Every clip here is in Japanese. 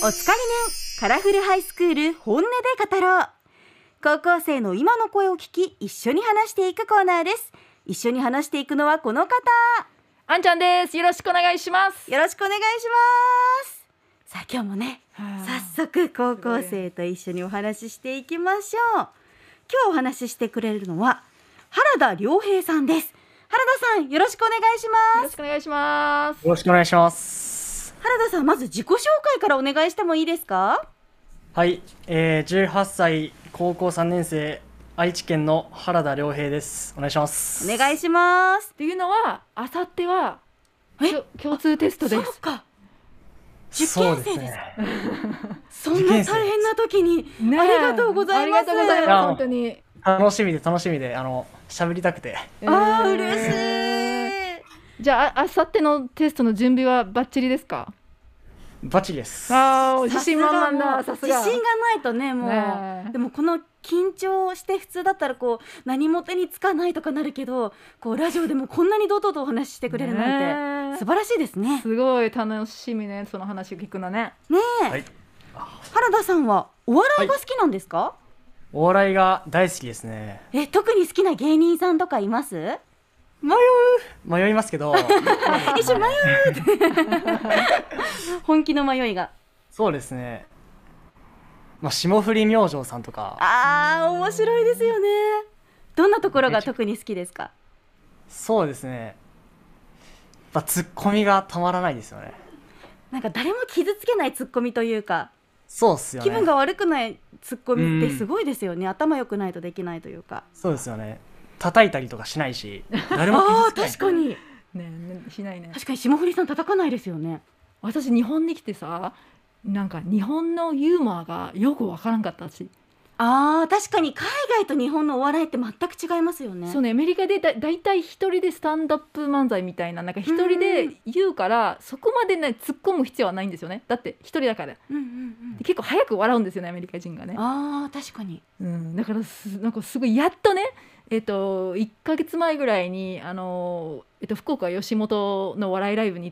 おつかり年カラフルハイスクール本音で語ろう。高校生の今の声を聞き、一緒に話していくコーナーです。一緒に話していくのはこの方、 あんちゃんです。よろしくお願いします。 よろしくお願いします。さあ今日もね、早速高校生と一緒にお話ししていきましょう。今日お話ししてくれるのは原田良平さんです。原田さん、よろしくお願いします。 よろしくお願いします。 よろしくお願いします。 原田さん、まず自己紹介からお願いしてもいいですか？ はい、18歳高校3年生愛知県の原田良平です。お願いします。 お願いします。 というのは、あさっては共通テストです。 そうか、受そう験生です。 ね。 そんな大変な時にありがとうございます。 ありがとうございます。本当に楽しみで喋りたくて。 嬉しい。 じゃあ、あさってのテストの準備はバッチリですか？ バッチリです。 自信満々だ。さすが。 自信がないとね、もうね。 でもこの緊張して普通だったらこう何も手につかないとかなるけど、こうラジオでもこんなに堂々とお話ししてくれるなんて素晴らしいですね。 すごい楽しみね、その話を聞くのね。 ねえ、 はい、 原田さんはお笑いが好きなんですか？ お笑いが大好きですね。 特に好きな芸人さんとかいます？ 迷いますけど一瞬迷うって本気の迷いが。 そうですね、霜降り明星さんとか。 面白いですよね。どんなところが特に好きですか？ そうですね、ツッコミがたまらないですよね。 なんか誰も傷つけないツッコミというか、 そうっすよね。 気分が悪くないツッコミってすごいですよね。頭良くないとできないというか。 そうですよね。叩いたりとかしないし、誰も傷つけない。 確かにね、しないね。 確かに霜降りさん叩かないですよね。 私日本に来てさ、なんか日本のユーモアがよくわからんかったし。 確かに海外と日本のお笑いって全く違いますよね。 そうね、アメリカでだいたい一人でスタンドアップ漫才みたいな、なんか一人で言うから、そこまでね突っ込む必要はないんですよね。だって一人だから、で結構早く笑うんですよね、アメリカ人がね。 確かに、 だからなんかすごいやっとね、1ヶ月前ぐらいに福岡吉本の笑いライブに行って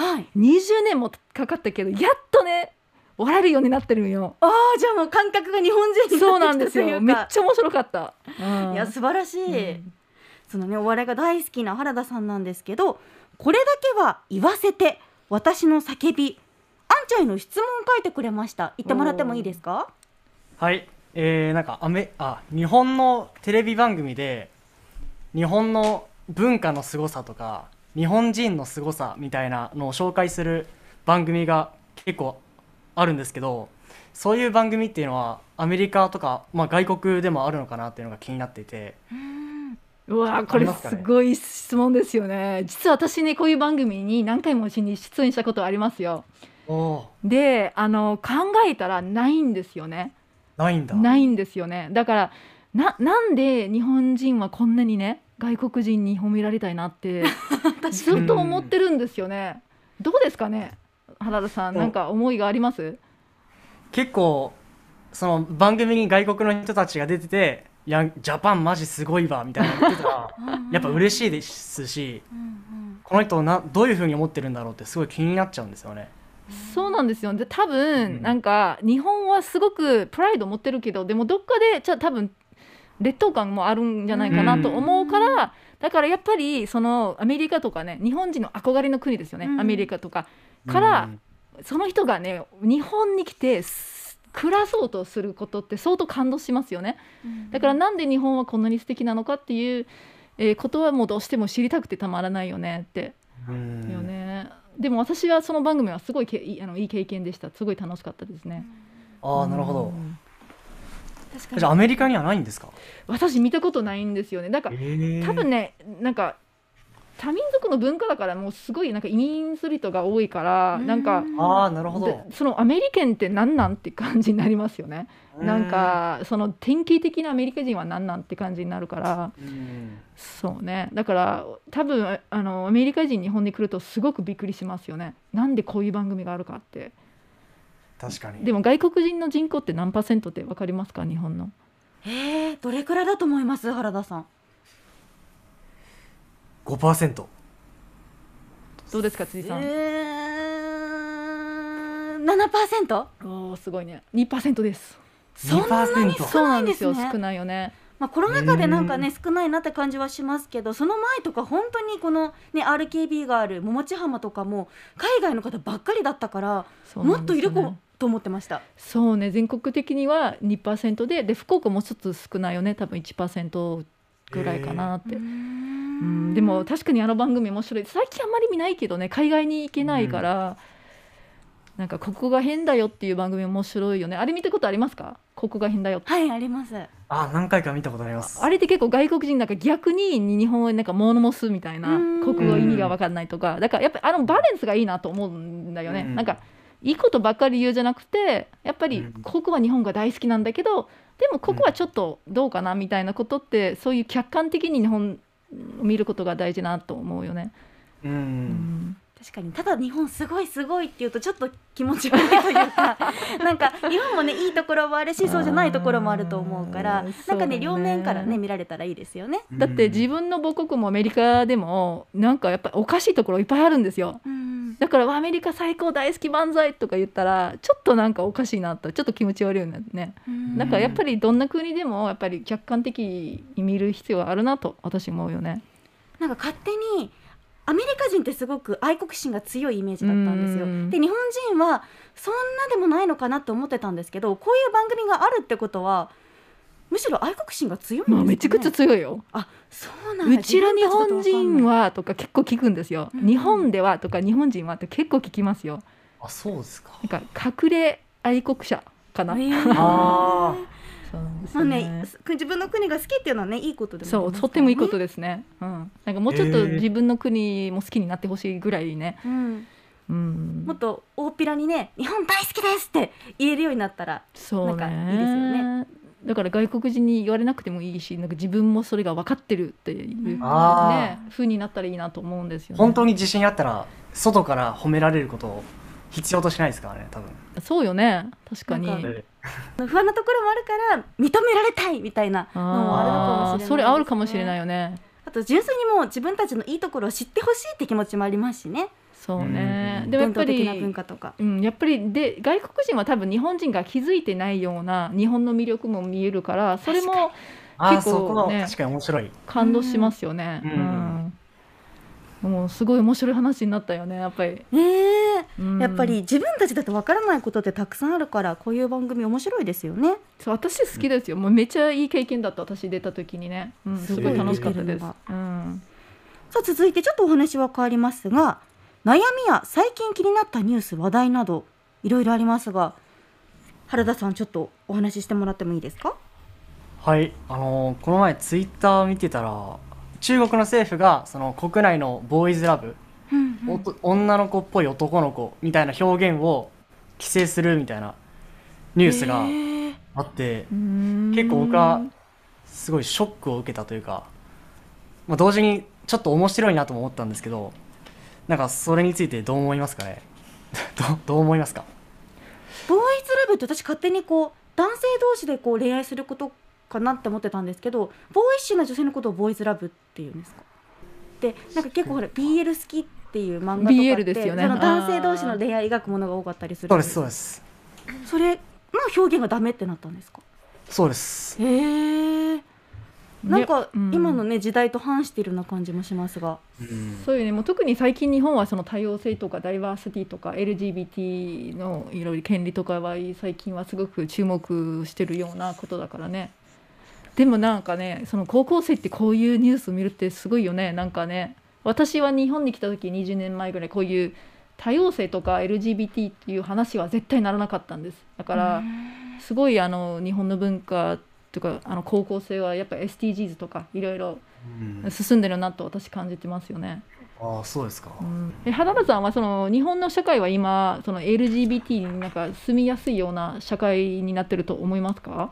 、20年もかかったけどやっとね笑えるようになってるんよ。 じゃあもう感覚が日本人になってきたというか。 そうなんですよ。めっちゃ面白かった。 いや素晴らしい、そのねお笑いが大好きな原田さんなんですけど、これだけは言わせて、私の叫び、あんちゃんへの質問を書いてくれました。言ってもらってもいいですか？ はい、なんか日本のテレビ番組で日本の文化のすごさとか日本人のすごさみたいなのを紹介する番組が結構あるんですけど、そういう番組っていうのはアメリカとか、外国でもあるのかなっていうのが気になっていて。 うわ、これすごい質問ですよね。実は私ね、こういう番組に何回も出演したことありますよ。で考えたらないんですよね。ないんですよね。だからなんで日本人はこんなにね外国人に褒められたいなってずっと思ってるんですよね。どうですかね、原田さん、なんか思いがあります？ 結構その番組に外国の人たちが出てて、いやジャパンマジすごいわみたいな言ってたらやっぱ嬉しいですし、この人どういう風に思ってるんだろうってすごい気になっちゃうんですよね。 そうなんですよ。で多分なんか日本はすごくプライド持ってるけど、でもどっかで多分劣等感もあるんじゃないかなと思うから、だからやっぱりそのアメリカとかね、日本人の憧れの国ですよね、アメリカとかから、その人がね日本に来て暮らそうとすることって相当感動しますよね。だからなんで日本はこんなに素敵なのかっていうことはもうどうしても知りたくてたまらないよねってよね。でも私はその番組はすごいいい経験でした。すごい楽しかったですね。 なるほど。じゃあアメリカにはないんですか？ 私見たことないんですよね。だから多分ね、なんか多民族の文化だから、もうすごいなんか移民する人が多いから、なんかなるほど。 そのアメリカンって何なんって感じになりますよね。なんかその典型的なアメリカ人は何なんって感じになるから、そうね。だから多分アメリカ人日本に来るとすごくびっくりしますよね。なんでこういう番組があるかって。 確かに。 でも外国人の人口って何%って分かりますか、日本の？ どれくらいだと思います、原田さん？ 5%。 どうですか、辻さん？ 7%？ おーすごいね。2% です。 そんなにそう少なんいですなんですよ。 ね。 少ないよね。 まあ、コロナ禍でなんかね少ないなって感じはしますけど、その前とか本当にこのね RKB がある桃地浜とかも海外の方ばっかりだったから、 そうなんですよねもっといると思ってました。 そうね、全国的には 2% で福岡もちょっと少ないよね。多分 1% ぐらいかなって。でも確かにあの番組面白い。最近あんまり見ないけどね、海外に行けないから、なんかここが変だよっていう番組面白いよね。あれ見たことありますか？ここが変だよって。 はい、あります。 何回か見たことあります。 あれって結構外国人なんか逆に日本をなんか物申すみたいな、国語意味が分かんないとか、だからやっぱりあのバランスがいいなと思うんだよね。なんかいいことばっかり言うじゃなくて、やっぱりここは日本が大好きなんだけど、でもここはちょっとどうかなみたいなことって、そういう客観的に日本を見ることが大事なと思うよね。 確かに。ただ日本すごいすごいっていうとちょっと気持ち悪いというかなんか日本もねいいところもあるし、そうじゃないところもあると思うから、なんかね両面からね見られたらいいですよね。 だって自分の母国もアメリカでもなんかやっぱりおかしいところいっぱいあるんですよ。だからアメリカ最高大好き万歳とか言ったらちょっとなんかおかしいなと、ちょっと気持ち悪いよね。だからやっぱりどんな国でもやっぱり客観的に見る必要があるなと私思うよね。 なんか勝手にアメリカ人ってすごく愛国心が強いイメージだったんですよ。で日本人はそんなでもないのかなと思ってたんですけど、こういう番組があるってことはむしろ愛国心が強いんですかね。 めちゃくちゃ強いよ。 あ、そうなんだ。 うちら日本人はとか結構聞くんですよ。日本ではとか日本人はって結構聞きますよ。 あ、そうですか。 なんか隠れ愛国者かな。そうなんですよね。 自分の国が好きっていうのはねいいことでもありますからね。 そう、とってもいいことですね。なんかもうちょっと自分の国も好きになってほしいぐらいね。 もっと大っぴらにね日本大好きですって言えるようになったらなんかいいですよね。 だから外国人に言われなくてもいいし、なんか自分もそれが分かってるっていうね風になったらいいなと思うんですよね。 本当に自信あったら外から褒められることを必要としないですからね、多分。 そうよね、確かに。 不安なところもあるから認められたいみたいなのもあるのかもしれないですね。 それあるかもしれないよね。 あと純粋にもう自分たちのいいところを知ってほしいって気持ちもありますしね。 そうね。でもやっぱり伝統的な文化とか、 やっぱりで外国人は多分日本人が気づいてないような日本の魅力も見えるから、それも結構ね確かに面白い。 感動しますよね。もうすごい面白い話になったよね、やっぱり。 やっぱり自分たちだとわからないことってたくさんあるから、こういう番組面白いですよね。 そう、私好きですよ。もうめっちゃいい経験だった。私出た時にね、すごい楽しかったです。さあ続いてちょっとお話は変わりますが、悩みや最近気になったニュース話題などいろいろありますが、原田さんちょっとお話ししてもらってもいいですか？ はい、この前ツイッター見てたら、中国の政府がその国内のボーイズラブ、女の子っぽい男の子みたいな表現を規制するみたいなニュースがあって、結構僕はすごいショックを受けたというか、同時にちょっと面白いなとも思ったんですけど、なんかそれについてどう思いますかね？どう思いますか？ ボーイズラブって私勝手にこう男性同士でこう恋愛することかなって思ってたんですけど、ボーイッシュな女性のことをボーイズラブっていうんですか？でなんか結構ほら BL 好きっていう漫画とかって BL ですよね。 その男性同士の恋愛描くものが多かったりする。 そうですそうです。 それの表現がダメってなったんですか？ そうです。 なんか今のね時代と反しているような感じもしますが、 そういうね、もう特に最近日本はその多様性とかダイバーシティとか LGBT のいろいろ権利とかは最近はすごく注目してるようなことだからね。でもなんかね、その高校生ってこういうニュースを見るってすごいよね。なんかね、私は日本に来た時20年前ぐらいこういう多様性とか LGBT っていう話は絶対ならなかったんです。だからすごい日本の文化とか高校生はやっぱり SDGs とかいろいろ進んでるなと私感じてますよね。 ああ、そうですか。 原田さんはその日本の社会は今その LGBT になんか住みやすいような社会になってると思いますか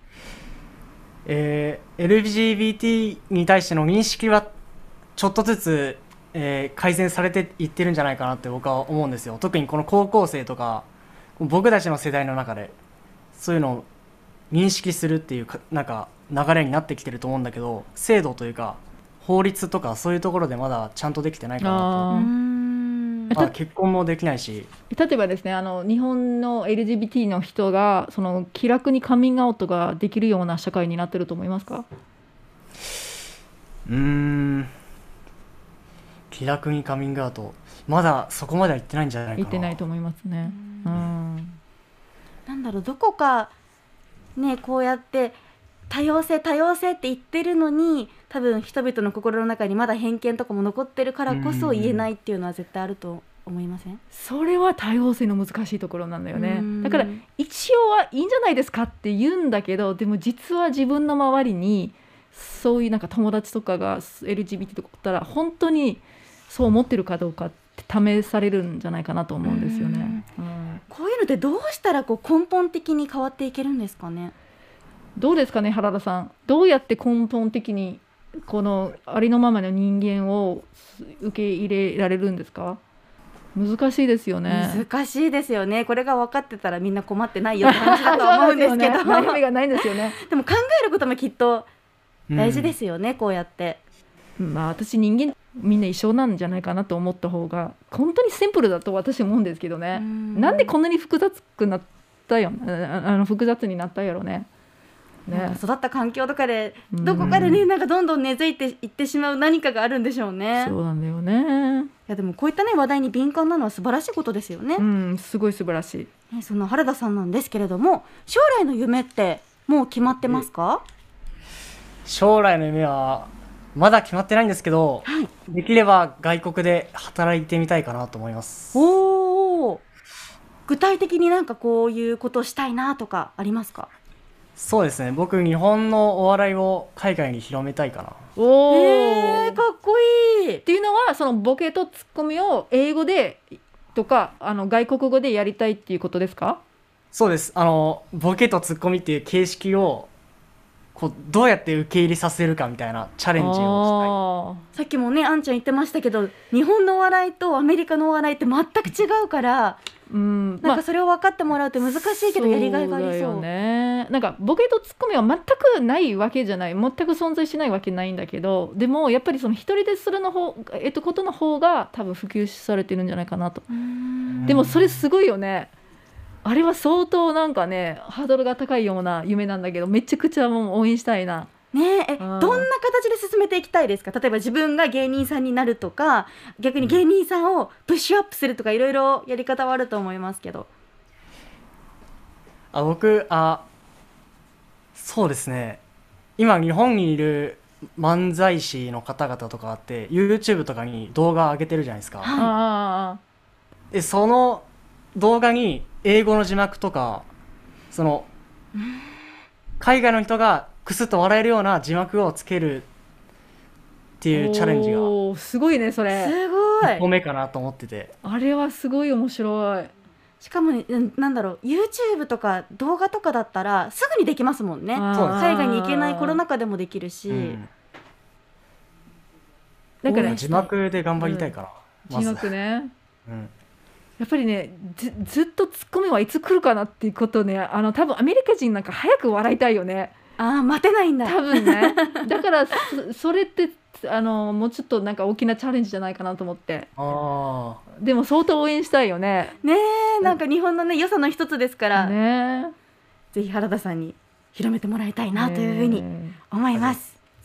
？LGBT に対しての認識はちょっとずつ、改善されていってるんじゃないかなって僕は思うんですよ。特にこの高校生とか僕たちの世代の中でそういうのを認識するっていうなんか流れになってきてると思うんだけど、制度というか法律とかそういうところでまだちゃんとできてないかなと。 結婚もできないし。 例えばですね、日本の LGBT の人がその気楽にカミングアウトができるような社会になってると思いますか？ 気楽にカミングアウト、まだそこまでは言ってないんじゃないかな。 言ってないと思いますね。 なんだろう、どこかね、こうやって多様性多様性って言ってるのに、多分人々の心の中にまだ偏見とかも残ってるからこそ言えないっていうのは絶対あると思いません？ それは多様性の難しいところなんだよね。だから一応はいいんじゃないですかって言うんだけど、でも実は自分の周りにそういうなんか友達とかが LGBT とかおったら本当にそう思ってるかどうかって試されるんじゃないかなと思うんですよね。 こういうのってどうしたらこう根本的に変わっていけるんですかね？ どうですかね、原田さん。どうやって根本的にこのありのままの人間を受け入れられるんですか？難しいですよね。 難しいですよね。これが分かってたらみんな困ってないよって話だと思うんですけど悩みがないんですよね。 でも考えることもきっと大事ですよね、こうやって。 私人間みんな一緒なんじゃないかなと思った方が本当にシンプルだと私思うんですけどね。なんでこんなに複雑になったやろね。 育った環境とかでどこかでね、なんかどんどん根付いていってしまう何かがあるんでしょうね。 そうなんだよね。 いやでもこういったね話題に敏感なのは素晴らしいことですよね。 すごい素晴らしい。 その原田さんなんですけれども、将来の夢ってもう決まってますか？ 将来の夢はまだ決まってないんですけど、できれば外国で働いてみたいかなと思います。 具体的になんかこういうことをしたいなとかありますか？ そうですね、僕日本のお笑いを海外に広めたいかな。 かっこいい。 っていうのはそのボケとツッコミを英語でとか外国語でやりたいっていうことですか？ そうです。ボケとツッコミっていう形式をこうどうやって受け入れさせるかみたいなチャレンジをしたい。 さっきもねあんちゃん言ってましたけど、日本のお笑いとアメリカのお笑いって全く違うからなんかそれを分かってもらうって難しいけどやりがいがありそう。 そうだよね。なんかボケとツッコミは全くないわけじゃない、全く存在しないわけないんだけど、でもやっぱりその一人ですることの方が多分普及されてるんじゃないかなと。でもそれすごいよね。あれは相当なんかねハードルが高いような夢なんだけど、めちゃくちゃもう応援したいな。 どんな形で進めていきたいですか？例えば自分が芸人さんになるとか、逆に芸人さんをプッシュアップするとか、いろいろやり方はあると思いますけど。 そうですね、今日本にいる漫才師の方々とかあって YouTube とかに動画上げてるじゃないですか。でその動画に英語の字幕とか、その海外の人がクスッと笑えるような字幕をつけるっていうチャレンジがすごいね。それすごい 1個目かなと思ってて、 あれはすごい面白い。 しかもね、なんだろう、 YouTube とか動画とかだったらすぐにできますもんね。海外に行けないコロナ禍でもできるし、 だから字幕で頑張りたいかな、 字幕ね。やっぱりねずっとツッコミはいつ来るかなっていうことね、多分アメリカ人なんか早く笑いたいよね。 待てないんだ多分ね。だからそれってもうちょっとなんか大きなチャレンジじゃないかなと思って。でも相当応援したいよね。 なんか日本のね良さの一つですからね。 ぜひ原田さんに広めてもらいたいなというふうに思います。